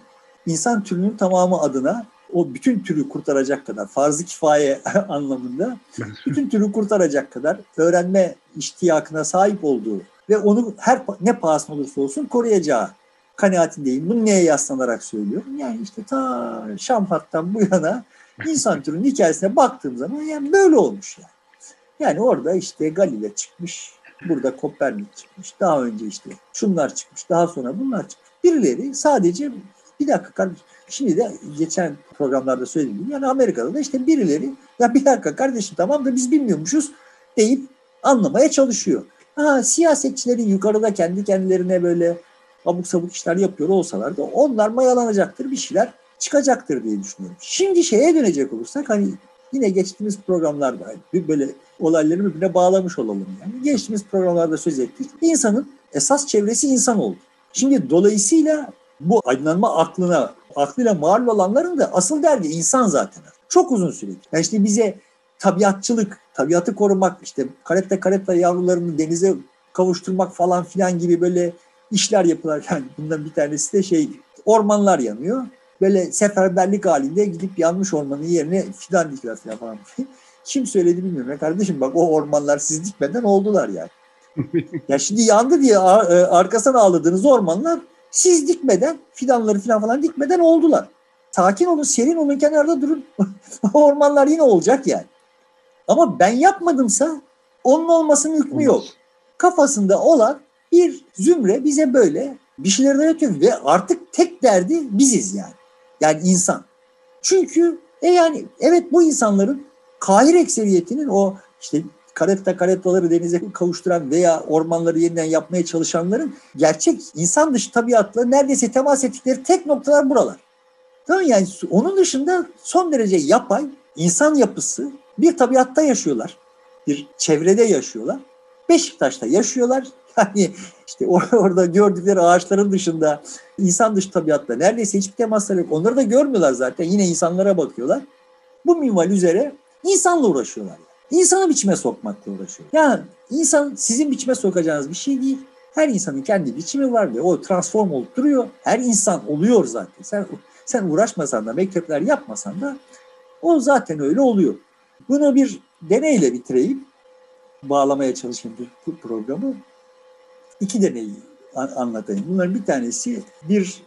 insan türünün tamamı adına o bütün türü kurtaracak kadar farz-ı kifaye anlamında bütün türü kurtaracak kadar öğrenme iştiyakına sahip olduğu ve onu ne pahasına olursa olsun koruyacağı kanaatindeyim. Bunu neye yaslanarak söylüyorum? Yani işte ta Şamfat'tan bu yana insan türünün hikayesine baktığım zaman yani böyle olmuş yani. Yani orada işte Galile çıkmış, burada Kopernik çıkmış, daha önce işte şunlar çıkmış, daha sonra bunlar çıkmış. Birileri sadece bir dakika kardeşim, şimdi de geçen programlarda söylediğim gibi yani Amerika'da da işte birileri ya bir dakika kardeşim tamam da biz bilmiyormuşuz deyip anlamaya çalışıyor. Siyasetçilerin yukarıda kendi kendilerine böyle abuk sabuk işler yapıyor olsalar da onlar mayalanacaktır, bir şeyler çıkacaktır diye düşünüyorum. Şimdi şeye dönecek olursak hani yine geçtiğimiz programlarda böyle olayları birbirine bağlamış olalım yani. Geçtiğimiz programlarda söz ettik. İnsanın esas çevresi insan oldu. Şimdi dolayısıyla bu aydınlanma aklıyla mal olanların da asıl derdi insan zaten. Çok uzun süredir. Yani işte bize tabiatçılık, tabiatı korumak, işte karetta yavrularını denize kavuşturmak falan filan gibi böyle işler yapılarken bundan bir tanesi de ormanlar yanıyor. Böyle seferberlik halinde gidip yanmış ormanın yerine fidan dikiler falan. Kim söyledi bilmiyorum. Ya kardeşim bak o ormanlar siz dikmeden oldular yani. Ya şimdi yandı diye arkasına ağladığınız ormanlar siz dikmeden fidanları falan dikmeden oldular. Sakin olun, serin olun, kenarda durun. O ormanlar yine olacak yani. Ama ben yapmadımsa onun olmasının hükmü yok. Kafasında olan bir zümre bize böyle bir şeyler öğretiyor ve artık tek derdi biziz yani. Yani insan. Çünkü yani evet bu insanların kahir ekseriyetinin o işte karettaları denize kavuşturan veya ormanları yeniden yapmaya çalışanların gerçek insan dışı tabiatla neredeyse temas ettikleri tek noktalar buralar. Tamam yani onun dışında son derece yapay insan yapısı bir tabiatta yaşıyorlar. Bir çevrede yaşıyorlar. Beşiktaş'ta yaşıyorlar. Yani işte orada gördükleri ağaçların dışında insan dışı tabiatla neredeyse hiçbir temasları yok. Onları da görmüyorlar zaten. Yine insanlara bakıyorlar. Bu minval üzere insanla uğraşıyorlar. İnsanı biçime sokmakla uğraşıyor. Yani insan sizin biçime sokacağınız bir şey değil. Her insanın kendi biçimi var ve o transform olup duruyor. Her insan oluyor zaten. Sen uğraşmasan da, mektepler yapmasan da o zaten öyle oluyor. Bunu bir deneyle bitireyim. Bağlamaya çalışayım bu programı. 2 deneyi anlatayım. Bunların bir tanesi bir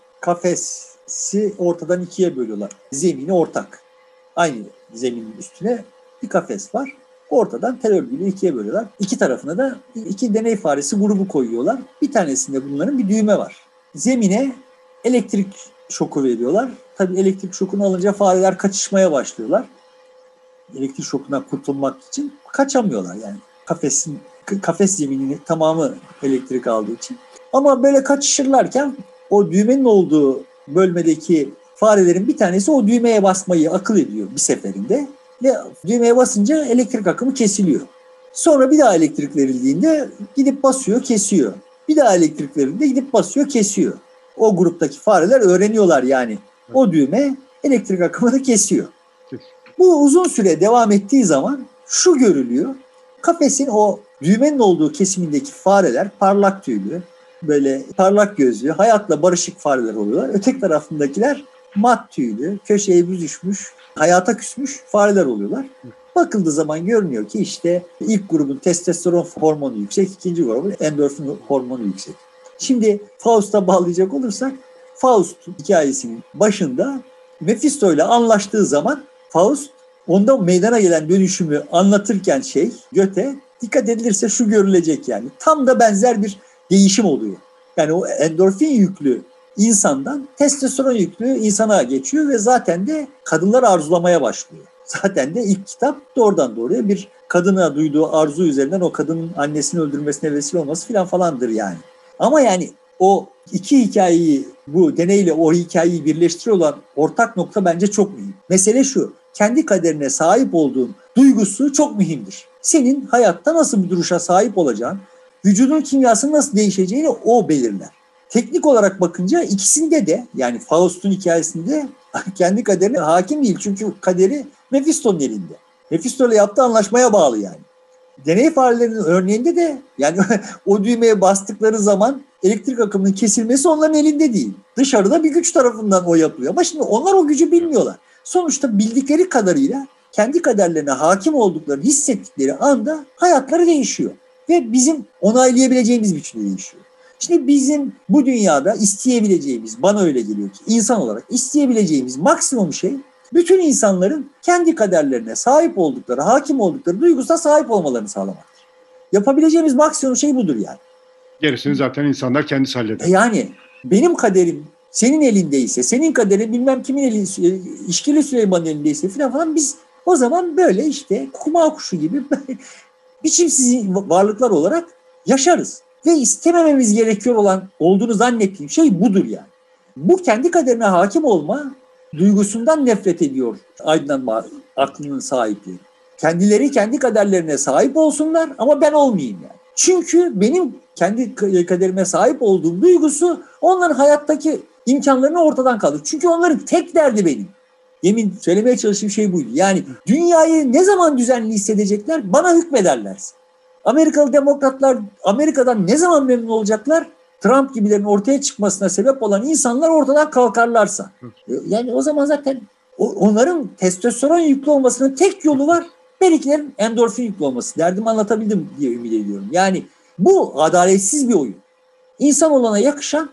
kafesi ortadan 2'ye bölüyorlar. Zemini ortak. Aynı zeminin üstüne bir kafes var. Ortadan tel örgüyle 2'ye bölüyorlar. 2 tarafına da 2 deney faresi grubu koyuyorlar. Bir tanesinde bunların bir düğme var. Zemine elektrik şoku veriyorlar. Tabii elektrik şokunu alınca fareler kaçışmaya başlıyorlar. Elektrik şokundan kurtulmak için kaçamıyorlar yani. Kafes zemininin tamamı elektrik aldığı için. Ama böyle kaçışırlarken o düğmenin olduğu bölmedeki farelerin bir tanesi o düğmeye basmayı akıl ediyor bir seferinde. Ve düğmeye basınca elektrik akımı kesiliyor. Sonra bir daha elektrik verildiğinde gidip basıyor, kesiyor. Bir daha elektrik verildiğinde gidip basıyor, kesiyor. O gruptaki fareler öğreniyorlar yani. O düğme elektrik akımını kesiyor. Bu uzun süre devam ettiği zaman şu görülüyor. Kafesin o düğmenin olduğu kesimindeki fareler parlak tüylü, böyle parlak gözlü, hayatla barışık fareler oluyorlar. Öteki tarafındakiler mat tüylü, köşeye büzüşmüş, hayata küsmüş fareler oluyorlar. Bakıldığı zaman görünüyor ki işte ilk grubun testosteron hormonu yüksek, ikinci grubun endorfin hormonu yüksek. Şimdi Faust'a bağlayacak olursak, Faust hikayesinin başında Mephisto ile anlaştığı zaman Faust onda meydana gelen dönüşümü anlatırken Goethe dikkat edilirse şu görülecek yani. Tam da benzer bir değişim oluyor. Yani o endorfin yüklü insandan testosteron yüklü insana geçiyor ve zaten de kadınlar arzulamaya başlıyor. Zaten de ilk kitap doğrudan doğruya bir kadına duyduğu arzu üzerinden o kadının annesini öldürmesine vesile olması falandır yani. Ama yani o 2 hikayeyi bu deneyle o hikayeyi birleştiriyor olan ortak nokta bence çok mühim. Mesele şu, kendi kaderine sahip olduğun duygusu çok mühimdir. Senin hayatta nasıl bir duruşa sahip olacağın, vücudun kimyasının nasıl değişeceğini o belirler. teknik olarak bakınca ikisinde de, yani Faust'un hikayesinde kendi kaderine hakim değil. Çünkü kaderi Mephisto'nun elinde. Mephisto ile yaptığı anlaşmaya bağlı yani. Deney farelerinin örneğinde de yani o düğmeye bastıkları zaman elektrik akımının kesilmesi onların elinde değil. Dışarıda bir güç tarafından o yapılıyor. Ama şimdi onlar o gücü bilmiyorlar. Sonuçta bildikleri kadarıyla kendi kaderlerine hakim olduklarını hissettikleri anda hayatları değişiyor. Ve bizim onaylayabileceğimiz biçimde değişiyor. Şimdi bizim bu dünyada isteyebileceğimiz, bana öyle geliyor ki insan olarak isteyebileceğimiz maksimum şey bütün insanların kendi kaderlerine sahip oldukları, hakim oldukları duygusuna sahip olmalarını sağlamaktır. Yapabileceğimiz maksimum şey budur yani. Gerisini zaten insanlar kendisi halleder. Yani benim kaderim senin elindeyse, senin kaderin bilmem kimin elinde, İşkili Süleyman'ın elindeyse falan biz o zaman böyle işte kuma kuşu gibi biçimsiz varlıklar olarak yaşarız. Ve istemememiz gerekiyor olan olduğunu zannettiğim şey budur yani. Bu kendi kaderine hakim olma duygusundan nefret ediyor aydınlanma aklının sahipleri. Kendileri kendi kaderlerine sahip olsunlar ama ben olmayayım yani. Çünkü benim kendi kaderime sahip olduğum duygusu onların hayattaki imkanlarını ortadan kaldırır. Çünkü onların tek derdi benim. Yemin söylemeye çalıştığım şey buydu. Yani dünyayı ne zaman düzenli hissedecekler? Bana hükmederlerse. Amerikalı demokratlar Amerika'dan ne zaman memnun olacaklar? Trump gibilerin ortaya çıkmasına sebep olan insanlar ortadan kalkarlarsa. Yani o zaman zaten onların testosteron yüklü olmasının tek yolu var. Belkilerin endorfin yüklü olması. Derdimi anlatabildim diye ümit ediyorum. Yani bu adaletsiz bir oyun. İnsan olana yakışan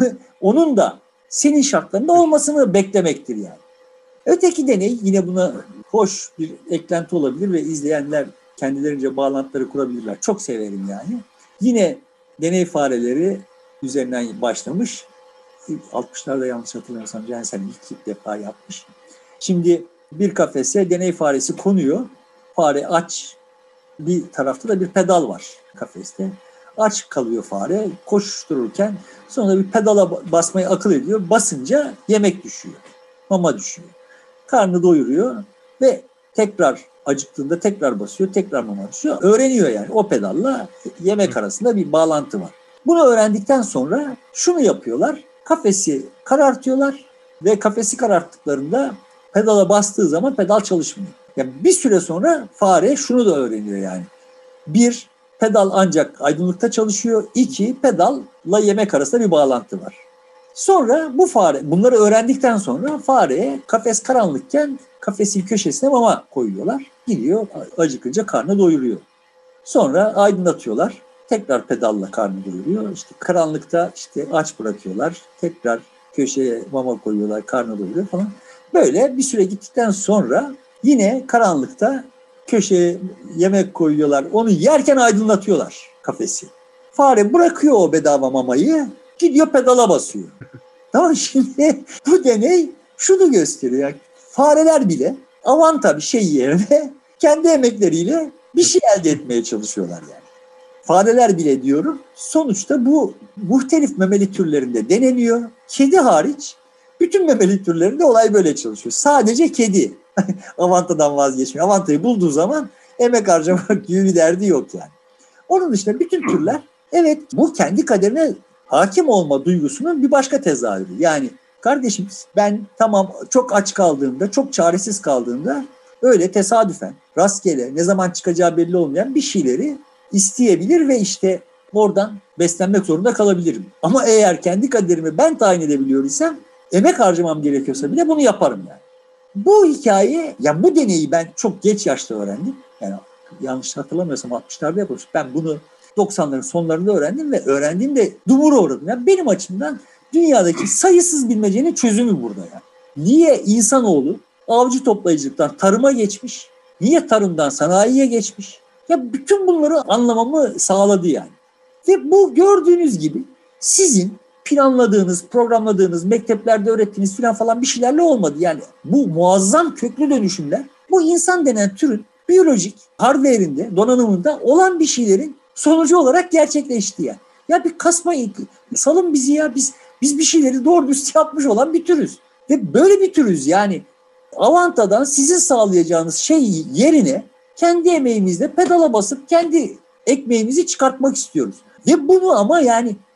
onun da senin şartlarında olmasını beklemektir yani. Öteki deney yine buna hoş bir eklenti olabilir ve izleyenler kendilerince bağlantıları kurabilirler. Çok severim yani. Yine deney fareleri üzerinden başlamış. 60'larda yanlış hatırlamıyorsam Jensen ilk defa yapmış. Şimdi bir kafese deney faresi konuyor. Fare aç. Bir tarafta da bir pedal var kafeste. Aç kalıyor fare. Koşuştururken sonra bir pedala basmayı akıl ediyor. Basınca yemek düşüyor. Mama düşüyor. Karnı doyuruyor ve tekrar acıktığında tekrar basıyor, tekrar mama düşüyor. Öğreniyor yani. O pedalla yemek arasında bir bağlantı var. Bunu öğrendikten sonra şunu yapıyorlar. Kafesi karartıyorlar ve kafesi kararttıklarında pedala bastığı zaman pedal çalışmıyor. Yani bir süre sonra fare şunu da öğreniyor yani. Bir, pedal ancak aydınlıkta çalışıyor. İki, pedalla yemek arasında bir bağlantı var. Sonra bu fare, bunları öğrendikten sonra fareye kafes karanlıkken kafesin köşesine mama koyuyorlar. Gidiyor, acıkınca karnı doyuruyor. Sonra aydınlatıyorlar. Tekrar pedalla karnı doyuruyor. İşte karanlıkta işte aç bırakıyorlar. Tekrar köşeye mama koyuyorlar, karnı doyuruyor falan. Böyle bir süre gittikten sonra yine karanlıkta köşeye yemek koyuyorlar. Onu yerken aydınlatıyorlar kafesi. Fare bırakıyor o bedava mamayı, gidiyor pedala basıyor. Tamam, şimdi bu deney şunu gösteriyor. Yani fareler bile avanta bir şey yerine kendi emekleriyle bir şey elde etmeye çalışıyorlar yani. Fareler bile diyorum sonuçta bu muhtelif memeli türlerinde deneniyor. Kedi hariç bütün memeli türlerinde olay böyle çalışıyor. Sadece kedi avantadan vazgeçmiyor. Avantayı bulduğu zaman emek harcamak gibi bir derdi yok yani. Onun dışında bütün türler evet bu kendi kaderine hakim olma duygusunun bir başka tezahürü. Yani kardeşim ben tamam çok aç kaldığımda, çok çaresiz kaldığımda öyle tesadüfen, rastgele, ne zaman çıkacağı belli olmayan bir şeyleri isteyebilir ve işte oradan beslenmek zorunda kalabilirim. Ama eğer kendi kaderimi ben tayin edebiliyor isem emek harcamam gerekiyorsa bile bunu yaparım yani. Bu hikaye, yani bu deneyi ben çok geç yaşta öğrendim. Yani yanlış hatırlamıyorsam 60'larda yapılmış. Ben bunu 90'ların sonlarında öğrendim ve öğrendiğimde dumura uğradım. Yani benim açımdan dünyadaki sayısız bilmecenin çözümü burada yani. Niye insanoğlu avcı toplayıcılıktan tarıma geçmiş? Niye tarımdan sanayiye geçmiş? Ya bütün bunları anlamamı sağladı yani. Ve bu gördüğünüz gibi sizin planladığınız, programladığınız, mekteplerde öğrettiğiniz falan bir şeylerle olmadı. Yani bu muazzam köklü dönüşümler bu insan denen türün biyolojik hardware'inde, donanımında olan bir şeylerin sonucu olarak gerçekleşti yani. Ya bir kasmayın, salın bizi ya, biz bir şeyleri doğru düz yapmış olan bir türüz. Ve böyle bir türüz yani. Avantadan sizin sağlayacağınız şey yerine kendi emeğimizle pedala basıp kendi ekmeğimizi çıkartmak istiyoruz. Ve bunu ama yani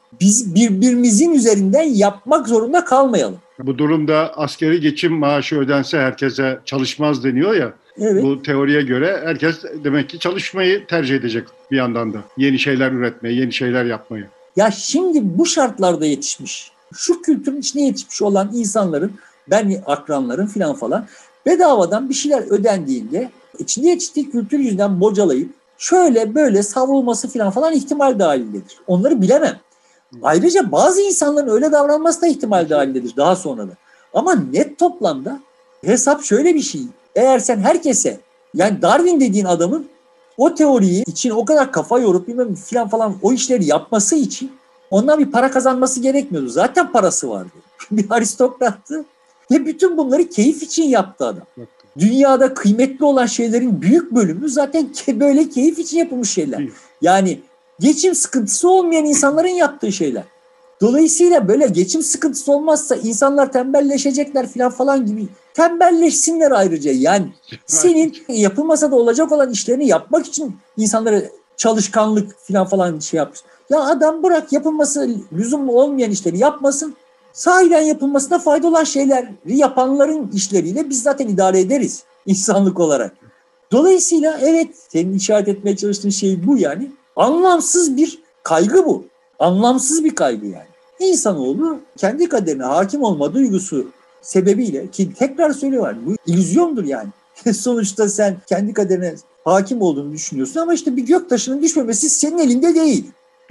biz birbirimizin üzerinden yapmak zorunda kalmayalım. Bu durumda askeri geçim maaşı ödense herkese çalışmaz deniyor ya. Evet. Bu teoriye göre herkes demek ki çalışmayı tercih edecek bir yandan da. Yeni şeyler üretmeyi, yeni şeyler yapmayı. Ya şimdi bu şartlarda yetişmiş, şu kültürün içine yetişmiş olan insanların, ben akranların falan bedavadan bir şeyler ödendiğinde içinde yetiştiği kültür yüzünden bocalayıp şöyle böyle savrulması falan ihtimal dahilindedir. Onları bilemem. Ayrıca bazı insanların öyle davranması da ihtimal dahilindedir daha sonra da. Ama net toplamda hesap şöyle bir şey. Eğer sen herkese, yani Darwin dediğin adamın o teoriyi için o kadar kafa yorup bilmem falan o işleri yapması için ondan bir para kazanması gerekmiyordu. Zaten parası vardı. Bir aristokrattı ve bütün bunları keyif için yaptı adam. Dünyada kıymetli olan şeylerin büyük bölümü zaten böyle keyif için yapılmış şeyler. Yani geçim sıkıntısı olmayan insanların yaptığı şeyler. Dolayısıyla böyle geçim sıkıntısı olmazsa insanlar tembelleşecekler falan gibi. Tembelleşsinler ayrıca. Yani senin yapılmasa da olacak olan işlerini yapmak için insanlara çalışkanlık falan şey yapmış. Ya adam bırak yapılması lüzumlu olmayan işleri yapmasın. Sahiden yapılmasına fayda olan şeyleri yapanların işleriyle biz zaten idare ederiz insanlık olarak. Dolayısıyla evet, senin işaret etmeye çalıştığın şey bu yani. Anlamsız bir kaygı bu. Anlamsız bir kaygı yani. İnsanoğlu kendi kaderine hakim olma duygusu sebebiyle, ki tekrar söylüyorum, bu illüzyondur yani. Sonuçta sen kendi kaderine hakim olduğunu düşünüyorsun ama işte bir göktaşının düşmemesi senin elinde değil.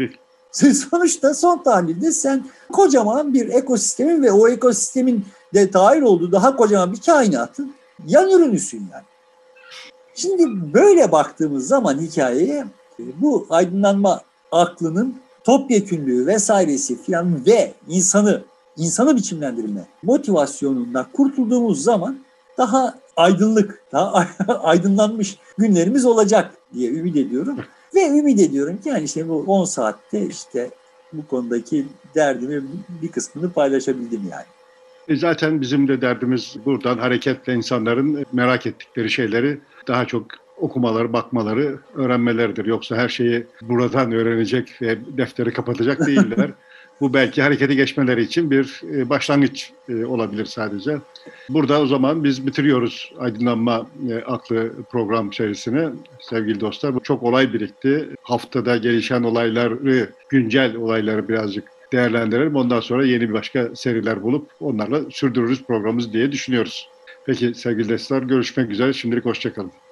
Sonuçta son tahlilde sen kocaman bir ekosistemin ve o ekosistemin de dahil olduğu daha kocaman bir kainatın yan ürünüsün yani. Şimdi böyle baktığımız zaman hikayeye, bu aydınlanma aklının topyekünlüğü vesairesi filan ve insanı biçimlendirme motivasyonundan kurtulduğumuz zaman daha aydınlık, daha aydınlanmış günlerimiz olacak diye ümit ediyorum. Ve ümit ediyorum ki yani işte bu 10 saatte işte bu konudaki derdimi bir kısmını paylaşabildim yani. Zaten bizim de derdimiz buradan hareketle insanların merak ettikleri şeyleri daha çok okumaları, bakmaları, öğrenmeleridir. Yoksa her şeyi buradan öğrenecek ve defteri kapatacak değiller. Bu belki harekete geçmeleri için bir başlangıç olabilir sadece. Burada o zaman biz bitiriyoruz Aydınlanma Aklı program serisini. Sevgili dostlar, bu çok olay birikti. Haftada gelişen olayları, güncel olayları birazcık değerlendirelim. Ondan sonra yeni bir başka seriler bulup onlarla sürdürürüz programımızı diye düşünüyoruz. Peki sevgili dostlar, görüşmek üzere. Şimdilik hoşça kalın.